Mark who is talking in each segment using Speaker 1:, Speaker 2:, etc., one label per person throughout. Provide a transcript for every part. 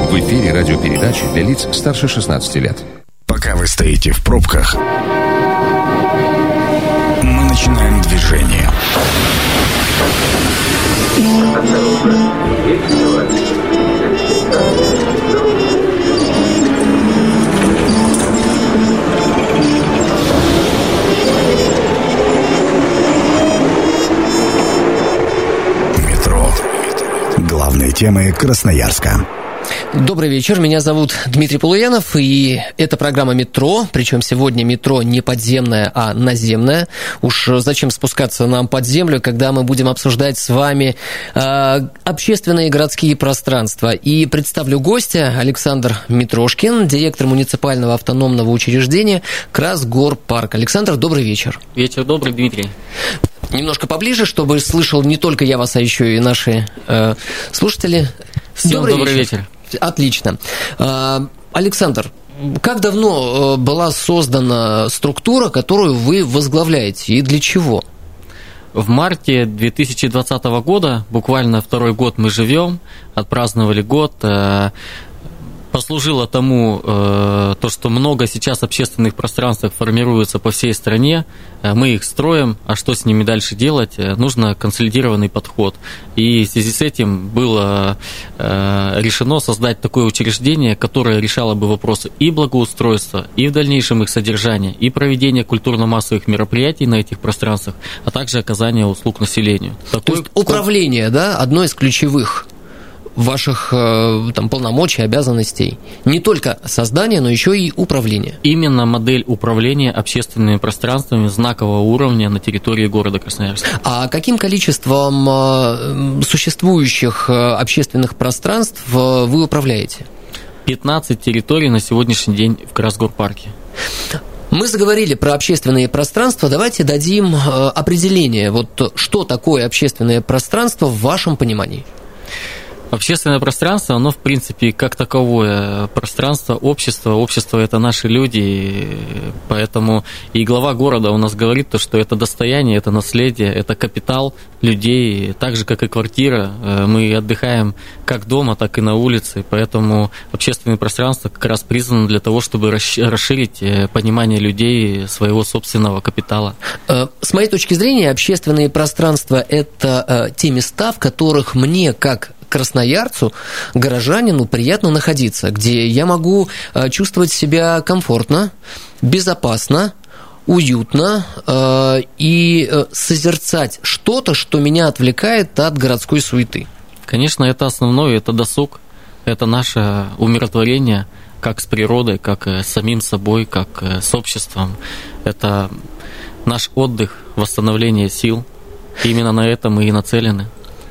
Speaker 1: В эфире радиопередачи для лиц старше 16 лет.
Speaker 2: Пока вы стоите в пробках, мы начинаем движение. Метро. Главные темы Красноярска.
Speaker 3: Добрый вечер, меня зовут Дмитрий Полуянов, и это программа «Метро», причем сегодня метро не подземное, а наземное. Уж зачем спускаться нам под землю, когда мы будем обсуждать с вами общественные городские пространства. И представлю гостя: Александр Митрошкин, директор муниципального автономного учреждения Красгорпарк. Александр, добрый вечер.
Speaker 4: Вечер добрый, Дмитрий.
Speaker 3: Немножко поближе, чтобы слышал не только я вас, а еще и наши слушатели. Добрый вечер. Отлично. Александр, как давно была создана структура, которую вы возглавляете, и для чего?
Speaker 4: В марте 2020 года, буквально второй год мы живем, отпраздновали год. Послужило тому то, что много сейчас общественных пространств формируется по всей стране, мы их строим, а что с ними дальше делать? Нужно консолидированный подход. И в связи с этим было решено создать такое учреждение, которое решало бы вопросы и благоустройства, и в дальнейшем их содержания, и проведения культурно-массовых мероприятий на этих пространствах, а также оказания услуг населению.
Speaker 3: То есть управление, да, одно из ключевых ваших там полномочий, обязанностей. Не только создание, но еще и управление.
Speaker 4: Именно модель управления общественными пространствами знакового уровня на территории города Красноярска.
Speaker 3: А каким количеством существующих общественных пространств вы управляете?
Speaker 4: 15 территорий на сегодняшний день в Красгорпарке.
Speaker 3: Мы заговорили про общественные пространства. Давайте дадим определение. Вот что такое общественное пространство в вашем понимании?
Speaker 4: Общественное пространство, оно, в принципе, как таковое пространство общества. Общество – это наши люди, поэтому и глава города у нас говорит, что это достояние, это наследие, это капитал людей, так же, как и квартира. Мы отдыхаем как дома, так и на улице, поэтому общественное пространство как раз призвано для того, чтобы расширить понимание людей своего собственного капитала.
Speaker 3: С моей точки зрения, общественные пространства – это те места, в которых мне, как красноярцу, горожанину приятно находиться, где я могу чувствовать себя комфортно, безопасно, уютно и созерцать что-то, что меня отвлекает от городской суеты.
Speaker 4: Конечно, это основное, это досуг, это наше умиротворение, как с природой, как с самим собой, как с обществом. Это наш отдых, восстановление сил. И именно на это мы и нацелены.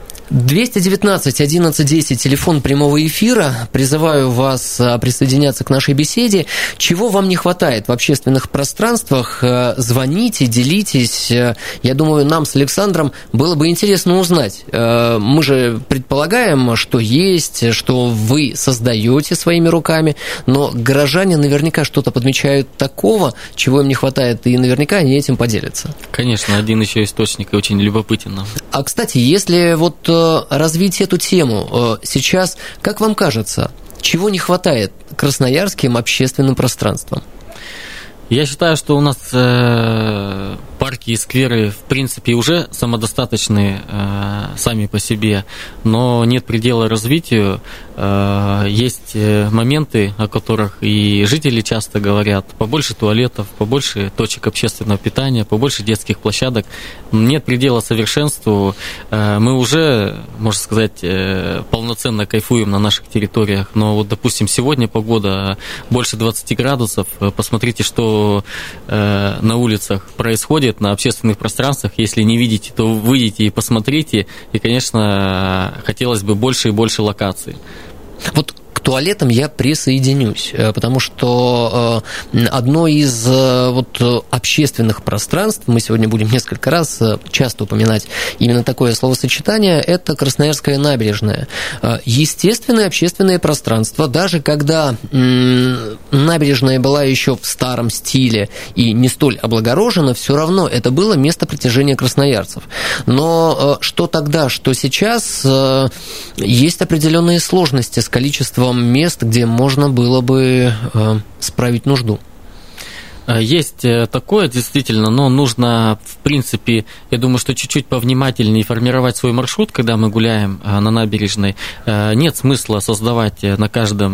Speaker 3: 219 11 10, телефон прямого эфира. Призываю вас присоединяться к нашей беседе. Чего вам не хватает в общественных пространствах? Звоните, делитесь. Я думаю, нам с Александром было бы интересно узнать. Мы же предполагаем, что есть, что вы создаете своими руками, но горожане наверняка что-то подмечают такого, чего им не хватает, и наверняка они этим поделятся.
Speaker 4: Конечно, один еще источник и очень любопытен нам.
Speaker 3: А, кстати, если вот развить эту тему сейчас, как вам кажется, чего не хватает красноярским общественным пространствам?
Speaker 4: Я считаю, что у нас парки и скверы, в принципе, уже самодостаточны сами по себе, но нет предела развитию. Есть моменты, о которых и жители часто говорят: побольше туалетов, побольше точек общественного питания, побольше детских площадок. Нет предела совершенству. Мы уже, можно сказать, полноценно кайфуем на наших территориях, но вот, допустим, сегодня погода больше 20 градусов. Посмотрите, что на улицах происходит, на общественных пространствах. Если не видите, то выйдите и посмотрите. И, конечно, хотелось бы больше и больше локаций.
Speaker 3: Вот к туалетам я присоединюсь, потому что одно из вот общественных пространств, мы сегодня будем несколько раз часто упоминать именно такое словосочетание, это Красноярская набережная. Естественное общественное пространство, даже когда набережная была еще в старом стиле и не столь облагорожена, все равно это было место притяжения красноярцев. Но что тогда, что сейчас, есть определенные сложности с количеством количеством мест, где можно было бы справить нужду?
Speaker 4: Есть такое, действительно, но нужно, в принципе, я думаю, что чуть-чуть повнимательнее формировать свой маршрут, когда мы гуляем на набережной. Нет смысла создавать на каждой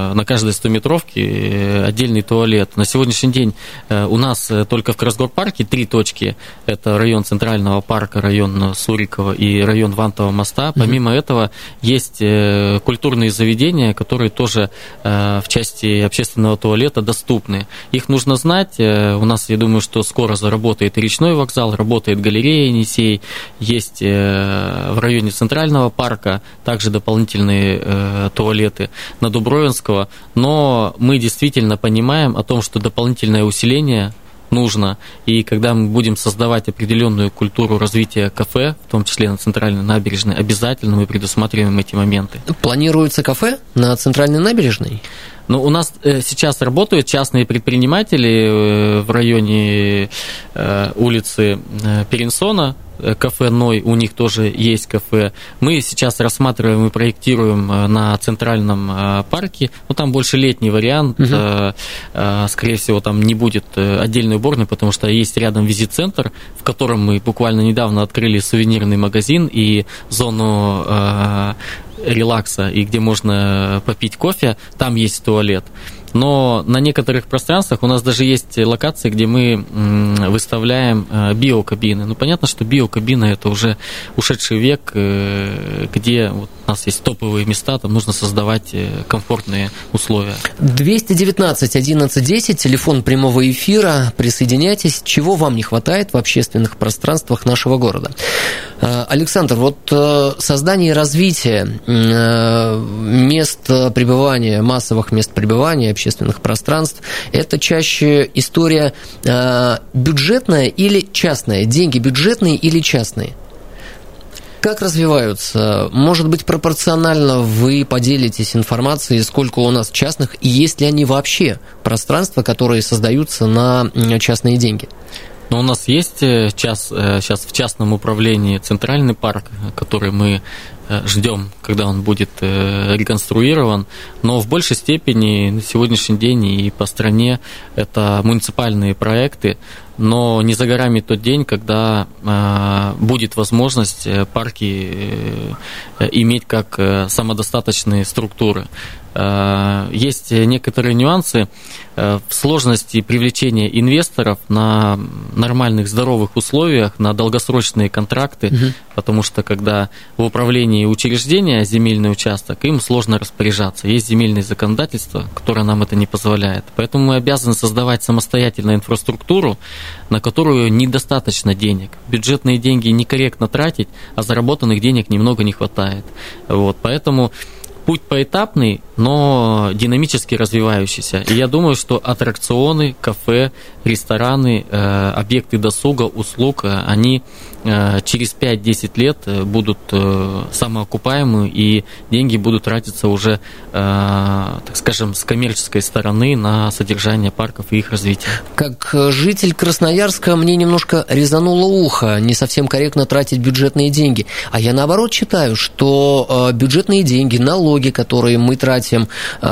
Speaker 4: 100-метровке отдельный туалет. На сегодняшний день у нас только в Красгорпарке 3 точки. Это район Центрального парка, район Сурикова и район Вантового моста. Помимо этого, есть культурные заведения, которые тоже в части общественного туалета доступны. Их нужно знать. У нас, я думаю, что скоро заработает и речной вокзал, работает галерея Енисей, есть в районе Центрального парка также дополнительные туалеты на Дубровинского, но мы действительно понимаем о том, что дополнительное усиление нужно, и когда мы будем создавать определенную культуру развития кафе, в том числе на Центральной набережной, обязательно мы предусматриваем эти моменты.
Speaker 3: Планируется кафе на Центральной набережной?
Speaker 4: Но у нас сейчас работают частные предприниматели в районе улицы Перенсона, кафе «Ной», у них тоже есть кафе. Мы сейчас рассматриваем и проектируем на Центральном парке, но там больше летний вариант, скорее всего, там не будет отдельной уборной, потому что есть рядом визит-центр, в котором мы буквально недавно открыли сувенирный магазин и зону релакса, и где можно попить кофе, там есть туалет. Но на некоторых пространствах у нас даже есть локации, где мы выставляем биокабины. Ну, понятно, что биокабина – это уже ушедший век, где вот у нас есть топовые места, там нужно создавать комфортные условия.
Speaker 3: 219 11 10, телефон прямого эфира. Присоединяйтесь. Чего вам не хватает в общественных пространствах нашего города? Александр, вот создание и развитие мест пребывания, массовых мест пребывания, общественных пространств, это чаще история бюджетная или частная? Деньги бюджетные или частные? Как развиваются? Может быть, пропорционально вы поделитесь информацией, сколько у нас частных, и есть ли они вообще пространства, которые создаются на частные деньги?
Speaker 4: Но у нас есть сейчас в частном управлении Центральный парк, который мы ждем, когда он будет реконструирован, но в большей степени на сегодняшний день и по стране это муниципальные проекты, но не за горами тот день, когда будет возможность парки иметь как самодостаточные структуры. Есть некоторые нюансы в сложности привлечения инвесторов на нормальных, здоровых условиях, на долгосрочные контракты, потому что когда в управлении учреждения земельный участок, им сложно распоряжаться. Есть земельное законодательство, которое нам это не позволяет. Поэтому мы обязаны создавать самостоятельную инфраструктуру, на которую недостаточно денег. Бюджетные деньги некорректно тратить, а заработанных денег немного не хватает. Вот, поэтому путь поэтапный, но динамически развивающийся. И я думаю, что аттракционы, кафе, рестораны, объекты досуга, услуг, они через 5-10 лет будут самоокупаемы, и деньги будут тратиться уже, так скажем, с коммерческой стороны на содержание парков и их развитие.
Speaker 3: Как житель Красноярска мне немножко резануло ухо, не совсем корректно тратить бюджетные деньги. А я наоборот считаю, что бюджетные деньги, налоги, которые мы тратим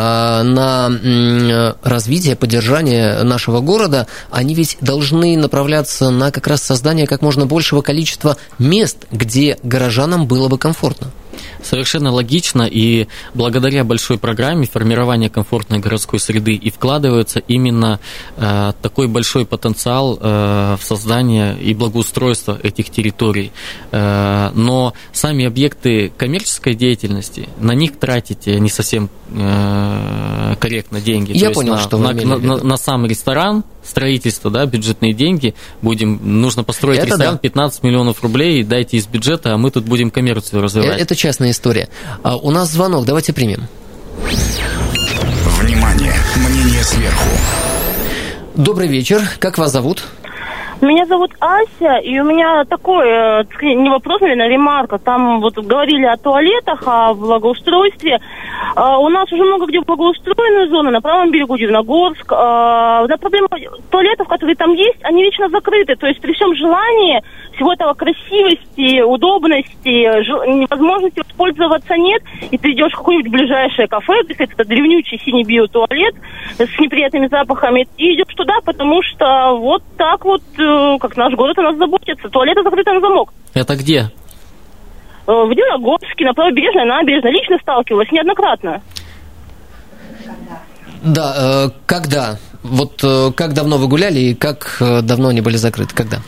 Speaker 3: на развитие, поддержание нашего города, они ведь должны направляться на как раз создание как можно большего количества мест, где горожанам было бы комфортно.
Speaker 4: Совершенно логично, и благодаря большой программе формирования комфортной городской среды и вкладывается именно такой большой потенциал в создание и благоустройство этих территорий. Но сами объекты коммерческой деятельности, на них тратить не совсем корректно деньги.
Speaker 3: Я понял, что вы имели в виду.
Speaker 4: На сам ресторан, строительство, да, бюджетные деньги, нужно построить это ресторан, да. 15 миллионов рублей, дайте из бюджета, а мы тут будем коммерцию развивать.
Speaker 3: Это частная история. У нас звонок, давайте примем.
Speaker 2: Внимание, мнение сверху.
Speaker 3: Добрый вечер, как вас зовут?
Speaker 5: Меня зовут Ася, и у меня такой, не вопрос, наверное, ремарка. Там вот говорили о туалетах, о благоустройстве. У нас уже много где благоустроенные зоны, на правом берегу Дивногорск. Проблема туалетов, которые там есть, они вечно закрыты. То есть при всем желании всего этого красивости, удобности, возможности воспользоваться нет, и ты идешь в какое-нибудь ближайшее кафе, где это древнючий синий биотуалет с неприятными запахами, и идешь туда, потому что вот так вот, как наш город о нас заботится. Туалеты закрыты на замок.
Speaker 4: Это где?
Speaker 5: В Дивногорске, на Правобережной набережной. Лично сталкивалась неоднократно.
Speaker 3: Да, когда? Вот как давно вы гуляли и как давно они были закрыты? Когда?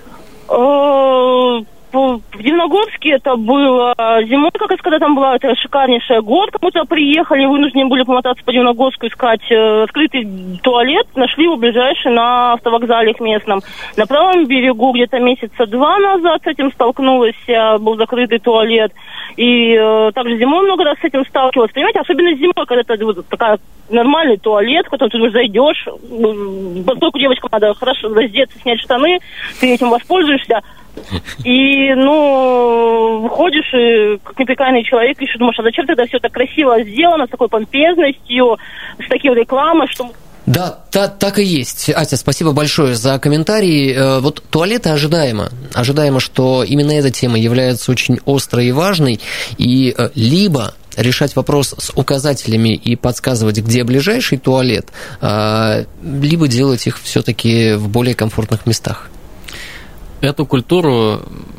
Speaker 5: В Дивногорске это было зимой, как раз когда там была эта шикарнейшая горка. Мы туда приехали, вынуждены были помотаться по Дивногорску, искать открытый туалет. Нашли его ближайший на автовокзале их местном. На правом берегу где-то месяца 2 назад с этим столкнулась, был закрытый туалет. И также зимой много раз с этим сталкивалась. Понимаете, особенно зимой, когда это вот такая нормальный туалет, в который ты уже зайдешь. Поскольку девочкам надо хорошо раздеться, снять штаны, ты этим воспользуешься. И, выходишь, и как неприкаянный человек, и думаешь, а зачем тогда все так красиво сделано, с такой помпезностью, с такой рекламой, что...
Speaker 3: Да, так и есть. Ася, спасибо большое за комментарий. Вот туалеты ожидаемо. Ожидаемо, что именно эта тема является очень острой и важной, и либо решать вопрос с указателями и подсказывать, где ближайший туалет, либо делать их все-таки в более комфортных местах.
Speaker 4: Эту культуру,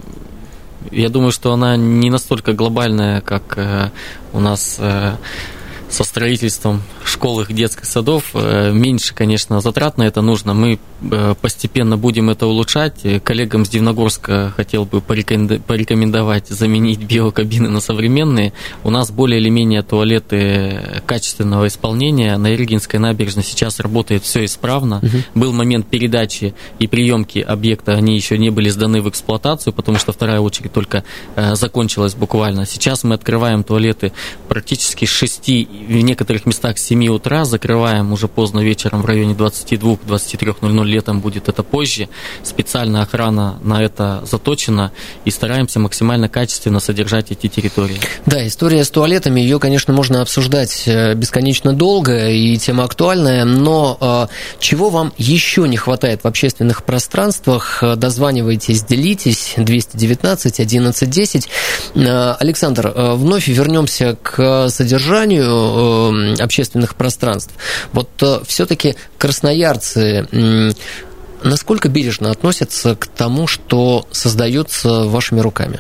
Speaker 4: я думаю, что она не настолько глобальная, как у нас со строительством школ и детских садов. Меньше, конечно, затрат на это нужно. Мы постепенно будем это улучшать. Коллегам с Дивногорска хотел бы порекомендовать заменить биокабины на современные. У нас более или менее туалеты качественного исполнения. На Иргинской набережной сейчас работает все исправно. Был момент передачи и приемки объекта, они еще не были сданы в эксплуатацию, потому что вторая очередь только закончилась буквально. Сейчас мы открываем туалеты практически с 6, в некоторых местах с 7 утра, закрываем уже поздно вечером в районе 22-23:00, летом будет это позже. Специальная охрана на это заточена, и стараемся максимально качественно содержать эти территории.
Speaker 3: Да, история с туалетами, ее, конечно, можно обсуждать бесконечно долго, и тема актуальная, но чего вам еще не хватает в общественных пространствах? Дозванивайтесь, делитесь, 219 11 10. Александр, вновь вернемся к содержанию общественных пространств. Вот все-таки красноярцы насколько бережно относятся к тому, что создается вашими руками?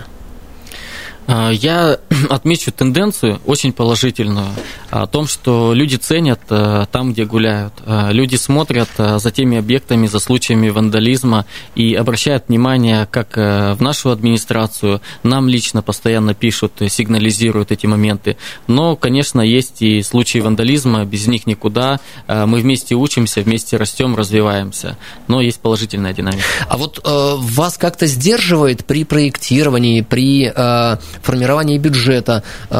Speaker 4: Я отмечу тенденцию очень положительную о том, что люди ценят там, где гуляют. Люди смотрят за теми объектами, за случаями вандализма и обращают внимание как в нашу администрацию. Нам лично постоянно пишут, сигнализируют эти моменты. Но, конечно, есть и случаи вандализма, без них никуда. Мы вместе учимся, вместе растем, развиваемся. Но есть положительная динамика.
Speaker 3: А вот вас как-то сдерживает при проектировании, при формировании бюджета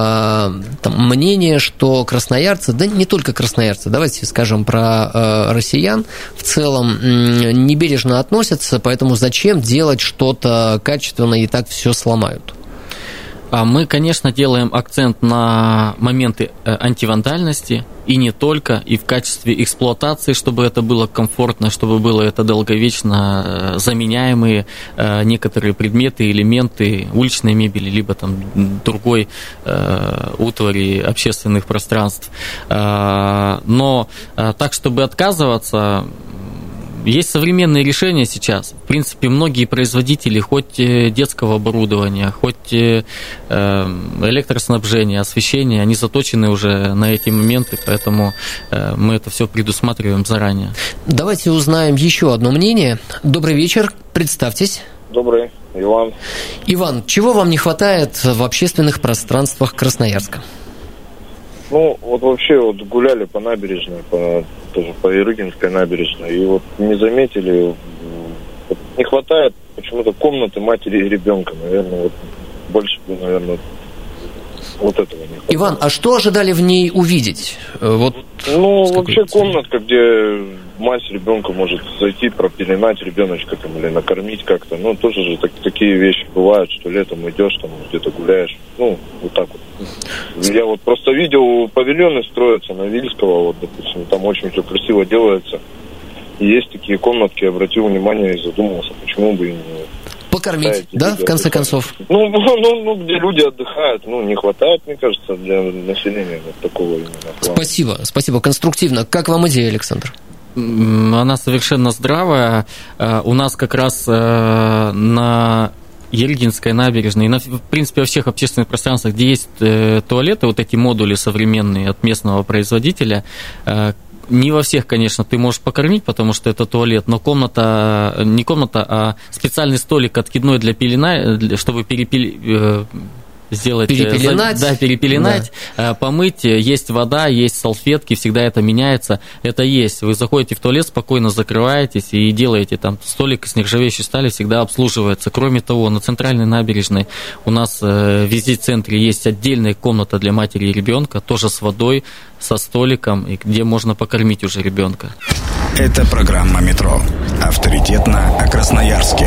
Speaker 3: мнение, что красноярцы, да не только красноярцы, давайте скажем про россиян, в целом небережно относятся, поэтому зачем делать что-то качественное и так все сломают?
Speaker 4: Мы, конечно, делаем акцент на моменты антивандальности, и не только, и в качестве эксплуатации, чтобы это было комфортно, чтобы было это долговечно заменяемые некоторые предметы, элементы уличной мебели, либо там другой утвари общественных пространств. Но так, чтобы отказываться... Есть современные решения сейчас. В принципе, многие производители, хоть детского оборудования, хоть электроснабжения, освещения, они заточены уже на эти моменты, поэтому мы это все предусматриваем заранее.
Speaker 3: Давайте узнаем еще одно мнение. Добрый вечер, представьтесь.
Speaker 6: Добрый, Иван.
Speaker 3: Иван, чего вам не хватает в общественных пространствах Красноярска?
Speaker 6: Вот вообще гуляли по набережной, тоже по Ирыгинской набережной, и не заметили, не хватает почему-то комнаты матери и ребенка, наверное, больше, наверное, этого не хватает.
Speaker 3: Иван, а что ожидали в ней увидеть?
Speaker 6: Вообще комнатка, где мать с ребенком может зайти, пропеленать ребеночка или накормить как-то. Тоже же такие вещи бывают, что летом идешь, там где-то гуляешь. Вот так вот. Я просто видел, павильоны строятся на Вильского, допустим, там очень все красиво делается. И есть такие комнатки, обратил внимание и задумался, почему бы и не...
Speaker 3: Покормить, да, в конце концов?
Speaker 6: Ну, где люди отдыхают, не хватает, мне кажется, для населения вот такого именно.
Speaker 3: Спасибо, конструктивно. Как вам идея, Александр?
Speaker 4: Она совершенно здравая. У нас как раз на Ельгинской набережной, в принципе, во всех общественных пространствах, где есть туалеты, вот эти модули современные от местного производителя, не во всех, конечно, ты можешь покормить, потому что это туалет, но не комната, а специальный столик откидной для пелена, чтобы перепеленать, помыть, есть вода, есть салфетки, всегда это меняется, это есть. Вы заходите в туалет, спокойно закрываетесь и делаете там столик из нержавеющей стали, всегда обслуживается. Кроме того, на центральной набережной у нас в визит-центре есть отдельная комната для матери и ребенка, тоже с водой, со столиком, где можно покормить уже ребенка.
Speaker 2: Это программа «Метро». Авторитетно о Красноярске.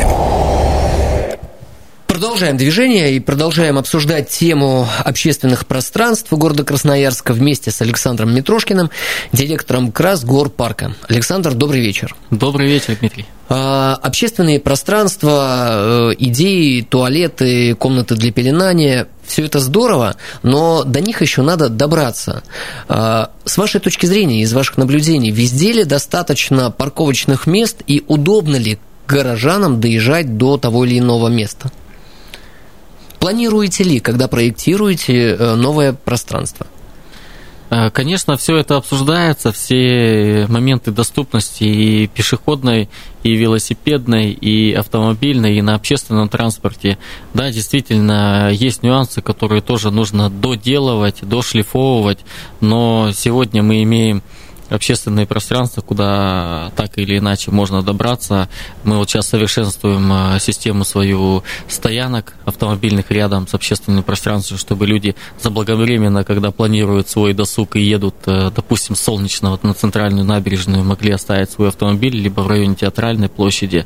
Speaker 3: Продолжаем движение и продолжаем обсуждать тему общественных пространств города Красноярска вместе с Александром Митрошкиным, директором Красгорпарка. Александр, добрый вечер.
Speaker 4: Добрый вечер, Дмитрий.
Speaker 3: Общественные пространства, идеи, туалеты, комнаты для пеленания – все это здорово, но до них еще надо добраться. С вашей точки зрения, из ваших наблюдений, везде ли достаточно парковочных мест и удобно ли горожанам доезжать до того или иного места? Планируете ли, когда проектируете новое пространство?
Speaker 4: Конечно, все это обсуждается, все моменты доступности и пешеходной, и велосипедной, и автомобильной, и на общественном транспорте. Да, действительно, есть нюансы, которые тоже нужно доделывать, дошлифовывать, но сегодня мы имеем общественные пространства, куда так или иначе можно добраться. Мы вот сейчас совершенствуем систему свою стоянок автомобильных рядом с общественным пространством, чтобы люди заблаговременно, когда планируют свой досуг и едут, допустим, с Солнечного на центральную набережную, могли оставить свой автомобиль либо в районе Театральной площади,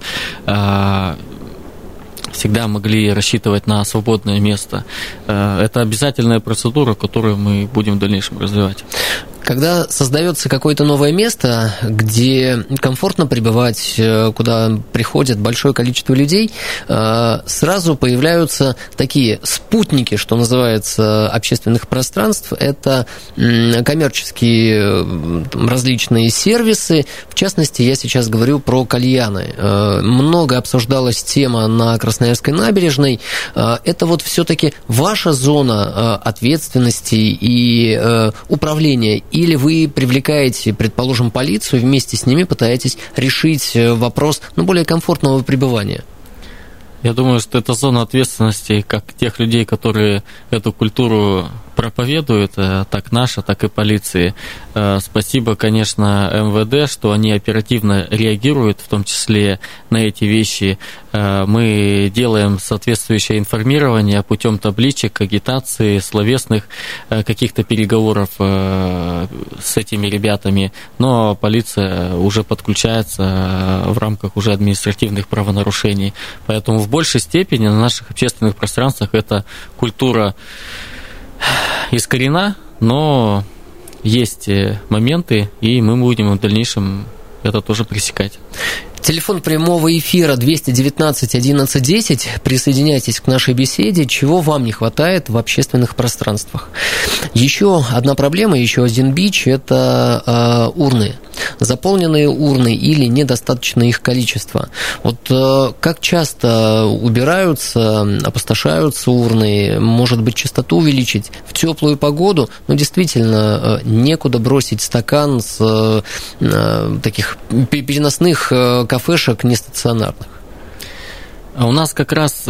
Speaker 4: всегда могли рассчитывать на свободное место. Это обязательная процедура, которую мы будем в дальнейшем развивать.
Speaker 3: Когда создается какое-то новое место, где комфортно пребывать, куда приходит большое количество людей, сразу появляются такие спутники, что называется, общественных пространств. Это коммерческие различные сервисы. В частности, я сейчас говорю про кальяны. Много обсуждалась тема на Красноярской набережной. Это вот все-таки ваша зона ответственности и управления, или вы привлекаете, предположим, полицию, и вместе с ними пытаетесь решить вопрос более комфортного пребывания?
Speaker 4: Я думаю, что это зона ответственности как тех людей, которые эту культуру проповедуют, так наша, так и полиции. Спасибо, конечно, МВД, что они оперативно реагируют, в том числе на эти вещи. Мы делаем соответствующее информирование путем табличек, агитации, словесных каких-то переговоров с этими ребятами, но полиция уже подключается в рамках уже административных правонарушений. Поэтому в большей степени на наших общественных пространствах эта культура искорена, но есть моменты, и мы будем в дальнейшем это тоже пресекать.
Speaker 3: Телефон прямого эфира 219 11 10. Присоединяйтесь к нашей беседе. Чего вам не хватает в общественных пространствах? Еще одна проблема, еще один бич – это урны. Заполненные урны или недостаточное их количество. Вот как часто убираются, опустошаются урны? Может быть, частоту увеличить? В теплую погоду, действительно, некуда бросить стакан с таких переносных кафешек нестационарных.
Speaker 4: У нас как раз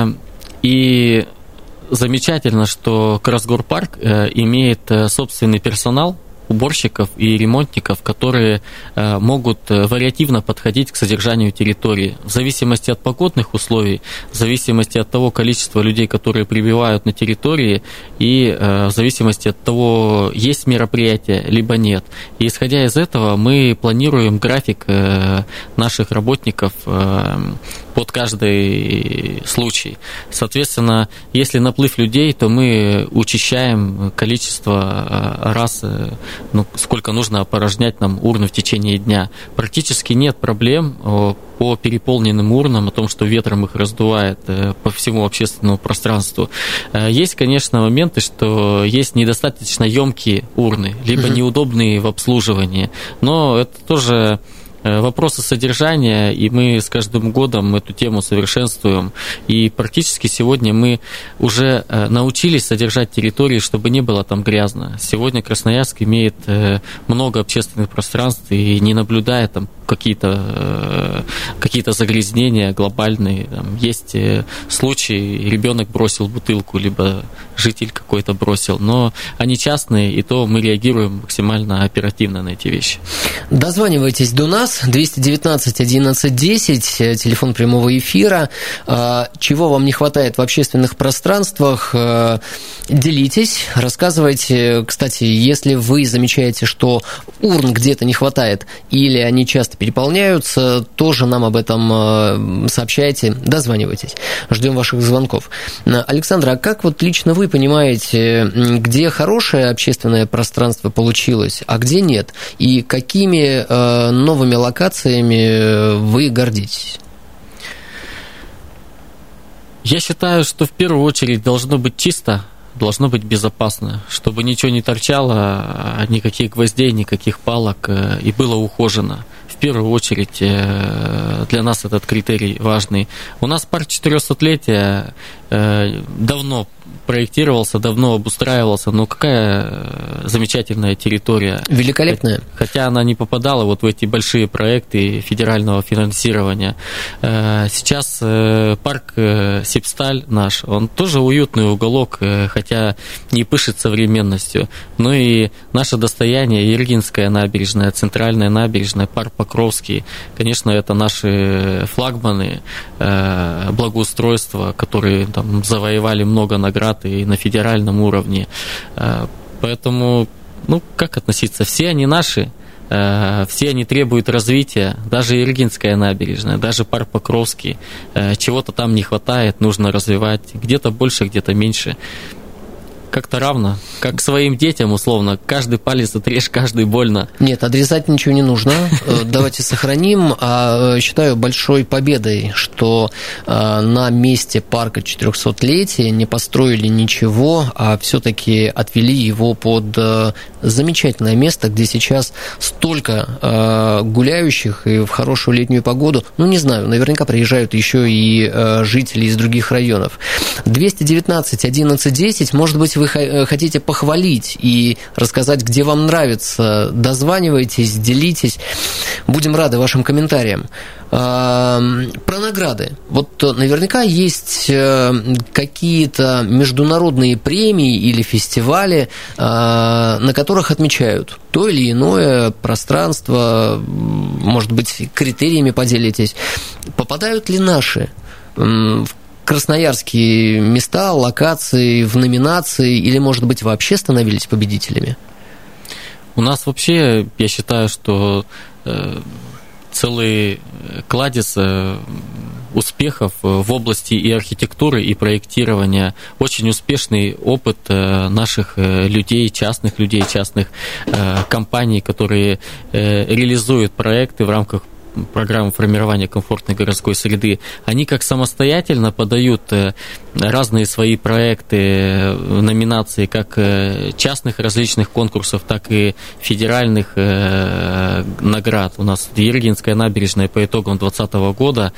Speaker 4: и замечательно, что Красгорпарк имеет собственный персонал, уборщиков и ремонтников, которые могут вариативно подходить к содержанию территории. В зависимости от погодных условий, в зависимости от того количества людей, которые прибывают на территории, и в зависимости от того, есть мероприятие, либо нет. И исходя из этого, мы планируем график наших работников под каждый случай. Соответственно, если наплыв людей, то мы учащаем количество раз, сколько нужно опорожнять нам урны в течение дня. Практически нет проблем по переполненным урнам, о том, что ветром их раздувает по всему общественному пространству. Есть, конечно, моменты, что есть недостаточно емкие урны, либо неудобные в обслуживании, но это тоже вопросы содержания, и мы с каждым годом эту тему совершенствуем. И практически сегодня мы уже научились содержать территории, чтобы не было там грязно. Сегодня Красноярск имеет много общественных пространств и не наблюдает там какие-то загрязнения глобальные. Там есть случаи, ребенок бросил бутылку, либо житель какой-то бросил, но они частные, и то мы реагируем максимально оперативно на эти вещи.
Speaker 3: Дозванивайтесь до нас, 219 11 10, телефон прямого эфира. Чего вам не хватает в общественных пространствах, делитесь, рассказывайте. Кстати, если вы замечаете, что урн где-то не хватает или они часто переполняются, тоже нам об этом сообщайте, дозванивайтесь. Ждем ваших звонков. Александр, а как вот лично вы понимаете, где хорошее общественное пространство получилось, а где нет? И какими новыми локациями вы гордитесь?
Speaker 4: Я считаю, что в первую очередь должно быть чисто, должно быть безопасно, чтобы ничего не торчало, никаких гвоздей, никаких палок, и было ухожено. В первую очередь для нас этот критерий важный. У нас парк 400-летия давно проектировался, давно обустраивался, но какая замечательная территория.
Speaker 3: Великолепная.
Speaker 4: Хотя она не попадала вот в эти большие проекты федерального финансирования. Сейчас парк Сибсталь наш, он тоже уютный уголок, хотя не пышет современностью. Ну и наше достояние, Ергинская набережная, Центральная набережная, парк Покровский, конечно, это наши флагманы благоустройства, которые там завоевали много наград и на федеральном уровне. Поэтому, как относиться? Все они наши, все они требуют развития, даже Ергинская набережная, даже парк Покровский. Чего-то там не хватает, нужно развивать. Где-то больше, где-то меньше. Как-то равно, как своим детям, условно. Каждый палец отрежь, каждый больно.
Speaker 3: Нет, отрезать ничего не нужно. Давайте сохраним. Считаю большой победой, что на месте парка 400-летия не построили ничего, а все-таки отвели его под замечательное место, где сейчас столько гуляющих и в хорошую летнюю погоду. Не знаю, наверняка приезжают еще и жители из других районов. 219 11 10, может быть, вы хотите похвалить и рассказать, где вам нравится, дозванивайтесь, делитесь. Будем рады вашим комментариям. Про награды. Вот наверняка есть какие-то международные премии или фестивали, на которых отмечают то или иное пространство, может быть, критериями поделитесь. Попадают ли наши в красноярские места, локации в номинации, или, может быть, вообще становились победителями?
Speaker 4: У нас вообще, я считаю, что целый кладезь успехов в области и архитектуры, и проектирования. Очень успешный опыт наших людей, частных компаний, которые реализуют проекты в рамках программы формирования комфортной городской среды. Они как самостоятельно подают разные свои проекты, номинации как частных различных конкурсов, так и федеральных наград. У нас Ергинская набережная по итогам 2020 года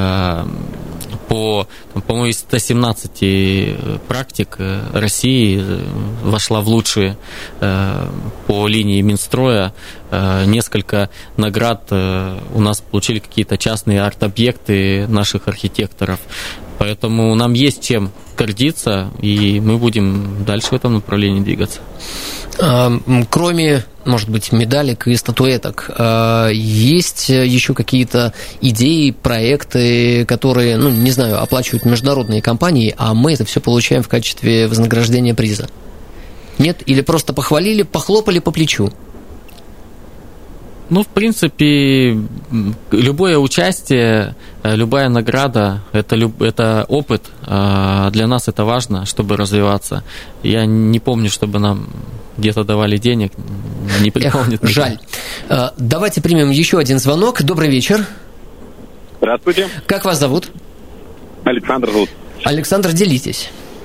Speaker 4: по-моему, из 117 практик России вошла в лучшие по линии Минстроя. Несколько наград у нас получили какие-то частные арт-объекты наших архитекторов. Поэтому нам есть чем гордиться, и мы будем дальше в этом направлении двигаться.
Speaker 3: Кроме, может быть, медалек и статуэток, есть еще какие-то идеи, проекты, которые, не знаю, оплачивают международные компании, а мы это все получаем в качестве вознаграждения приза? Нет? Или просто похвалили, похлопали по плечу?
Speaker 4: Ну, в принципе, любое участие, любая награда – это опыт. Для нас это важно, чтобы развиваться. Я не помню, чтобы нам где-то давали денег. Не припомню.
Speaker 3: Жаль. Давайте примем еще один звонок. Добрый вечер.
Speaker 7: Здравствуйте.
Speaker 3: Как вас зовут?
Speaker 7: Александр зовут.
Speaker 3: Александр, делитесь.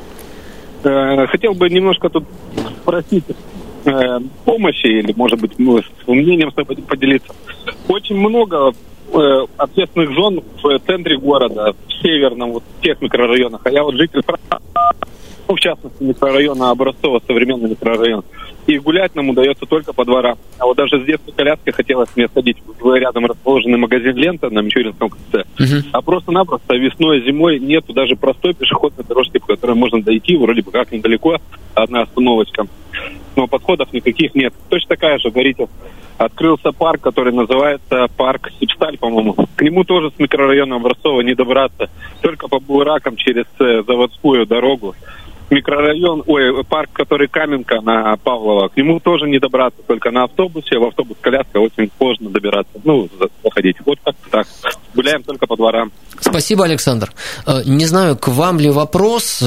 Speaker 7: Хотел бы немножко тут спросить помощи или, может быть, с мнением поделиться. Очень много общественных зон в центре города, в северном, вот в тех микрорайонах. А я вот житель, в частности, микрорайона Образцово, современный микрорайон. И гулять нам удается только по дворам. А вот даже с детской коляской хотелось мне сходить в рядом расположенный магазин «Лента» на Мичуринском кольце. А просто-напросто весной, зимой нету даже простой пешеходной дорожки, по которой можно дойти, вроде бы как недалеко, одна остановочка. Но подходов никаких нет. Точно такая же, говорите, открылся парк, который называется парк Сибсталь, по-моему. К нему тоже с микрорайона Образцово не добраться. Только по буракам через заводскую дорогу. Парк, который Каменка на Павлова, к нему тоже не добраться, только на автобусе, в автобус-коляска очень сложно добираться, заходить. Вот как-то так. Гуляем только по дворам.
Speaker 3: Спасибо, Александр. Не знаю, к вам ли вопрос.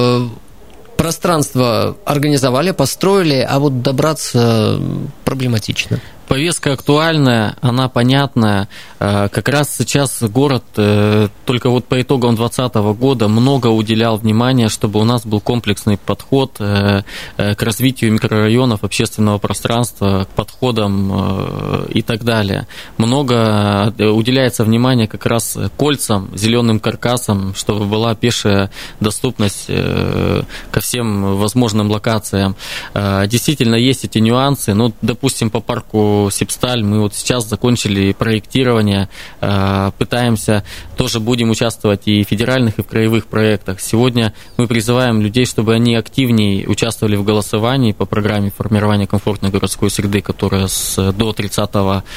Speaker 3: Пространство организовали, построили, а вот добраться проблематично.
Speaker 4: Повестка актуальная, она понятная. Как раз сейчас город только вот по итогам 2020 года много уделял внимания, чтобы у нас был комплексный подход к развитию микрорайонов, общественного пространства, к подходам и так далее. Много уделяется внимания как раз кольцам, зеленым каркасам, чтобы была пешая доступность ко всем возможным локациям. Действительно, есть эти нюансы. Допустим, по парку Сибсталь мы вот сейчас закончили проектирование, пытаемся, тоже будем участвовать и в федеральных, и в краевых проектах. Сегодня мы призываем людей, чтобы они активнее участвовали в голосовании по программе формирования комфортной городской среды, которая до 30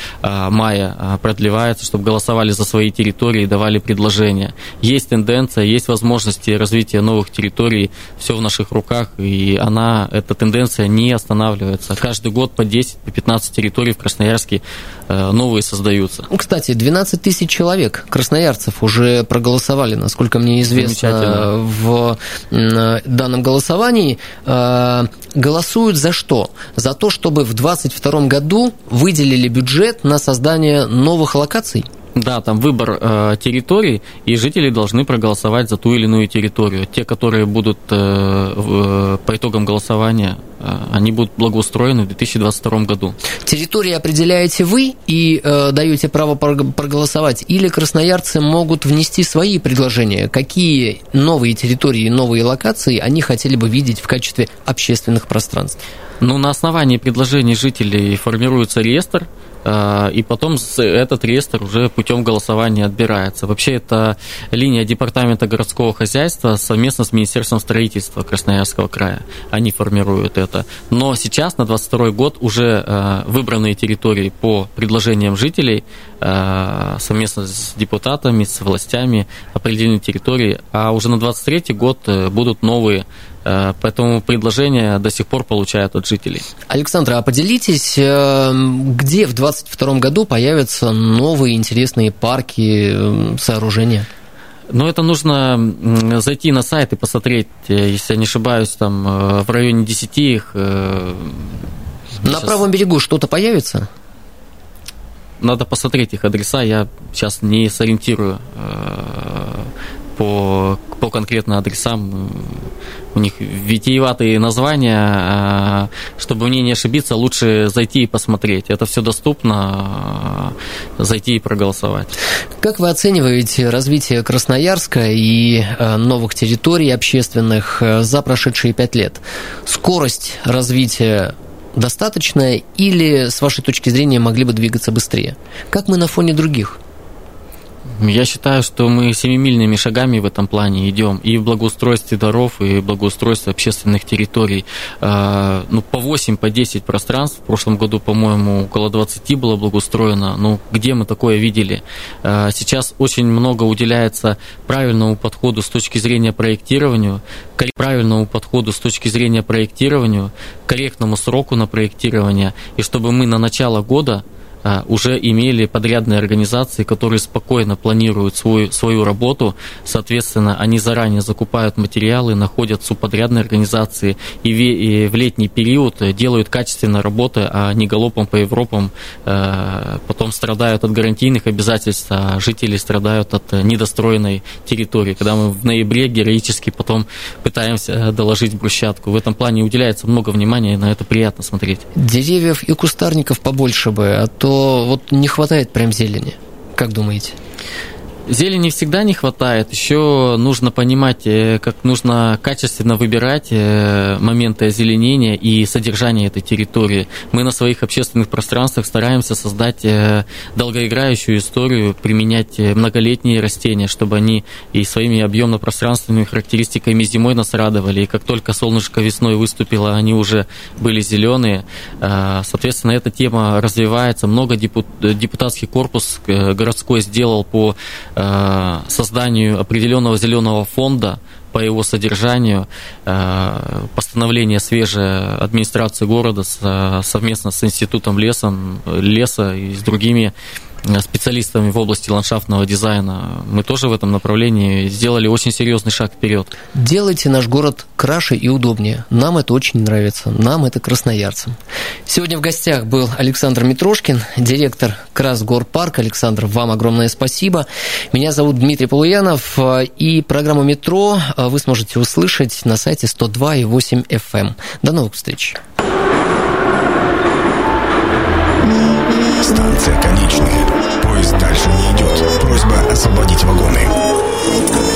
Speaker 4: мая продлевается, чтобы голосовали за свои территории и давали предложения. Есть тенденция, есть возможности развития новых территорий, все в наших руках, и эта тенденция не останавливается. Каждый год по 10, по 15 территорий в Красноярске новые создаются.
Speaker 3: Кстати, 12 тысяч человек, красноярцев, уже проголосовали, насколько мне известно, в данном голосовании. Голосуют за что? За то, чтобы в 2022 году выделили бюджет на создание новых локаций?
Speaker 4: Да, там выбор территорий, и жители должны проголосовать за ту или иную территорию. Те, которые будут по итогам голосования, они будут благоустроены в 2022 году.
Speaker 3: Территории определяете вы и даете право проголосовать, или красноярцы могут внести свои предложения? Какие новые территории, новые локации они хотели бы видеть в качестве общественных пространств?
Speaker 4: На основании предложений жителей формируется реестр, и потом этот реестр уже путем голосования отбирается. Вообще, это линия Департамента городского хозяйства совместно с Министерством строительства Красноярского края. Они формируют это. Но сейчас, на 2022 год, уже выбранные территории по предложениям жителей совместно с депутатами, с властями определены территории, а уже на 2023 год будут новые. Поэтому предложения до сих пор получают от жителей.
Speaker 3: Александр, а поделитесь, где в 2022 году появятся новые интересные парки, сооружения?
Speaker 4: Это нужно зайти на сайт и посмотреть, если я не ошибаюсь, там в районе 10 их.
Speaker 3: На правом берегу что-то появится?
Speaker 4: Надо посмотреть их адреса, я сейчас не сориентирую по конкретно адресам. У них витиеватые названия. Чтобы мне не ошибиться, лучше зайти и посмотреть. Это все доступно, зайти и проголосовать.
Speaker 3: Как вы оцениваете развитие Красноярска и новых территорий общественных за прошедшие 5 лет? Скорость развития достаточная или, с вашей точки зрения, могли бы двигаться быстрее? Как мы на фоне других?
Speaker 4: Я считаю, что мы семимильными шагами в этом плане идем и в благоустройстве дорог, и в благоустройстве общественных территорий. По 8, по 10 пространств. В прошлом году, по-моему, около 20 было благоустроено. Где мы такое видели? Сейчас очень много уделяется правильному подходу с точки зрения проектирования, корректному сроку на проектирование, и чтобы мы на начало года уже имели подрядные организации, которые спокойно планируют свою работу. Соответственно, они заранее закупают материалы, находят субподрядные организации и в летний период делают качественную работу, а не галопом по Европам. Потом страдают от гарантийных обязательств, а жители страдают от недостроенной территории, когда мы в ноябре героически потом пытаемся доложить брусчатку. В этом плане уделяется много внимания, и на это приятно смотреть.
Speaker 3: Деревьев и кустарников побольше бы, а то вот не хватает прям зелени. Как думаете?
Speaker 4: Зелени всегда не хватает. Еще нужно понимать, как нужно качественно выбирать моменты озеленения и содержания этой территории. Мы на своих общественных пространствах стараемся создать долгоиграющую историю, применять многолетние растения, чтобы они и своими объемно-пространственными характеристиками зимой нас радовали. И как только солнышко весной выступило, они уже были зеленые. Соответственно, эта тема развивается. Много депутатский корпус городской сделал по созданию определенного зеленого фонда, по его содержанию. Постановление свежее администрации города совместно с Институтом леса и с другими специалистами в области ландшафтного дизайна. Мы тоже в этом направлении сделали очень серьезный шаг вперед.
Speaker 3: Делайте наш город краше и удобнее. Нам это очень нравится. Нам это, красноярцам. Сегодня в гостях был Александр Митрошкин, директор Красгорпарка. Александр, вам огромное спасибо. Меня зовут Дмитрий Полуянов, и программу «Метро» вы сможете услышать на сайте 102.8 FM. До новых встреч.
Speaker 2: Станция конечная. Поезд дальше не идет. Просьба освободить вагоны.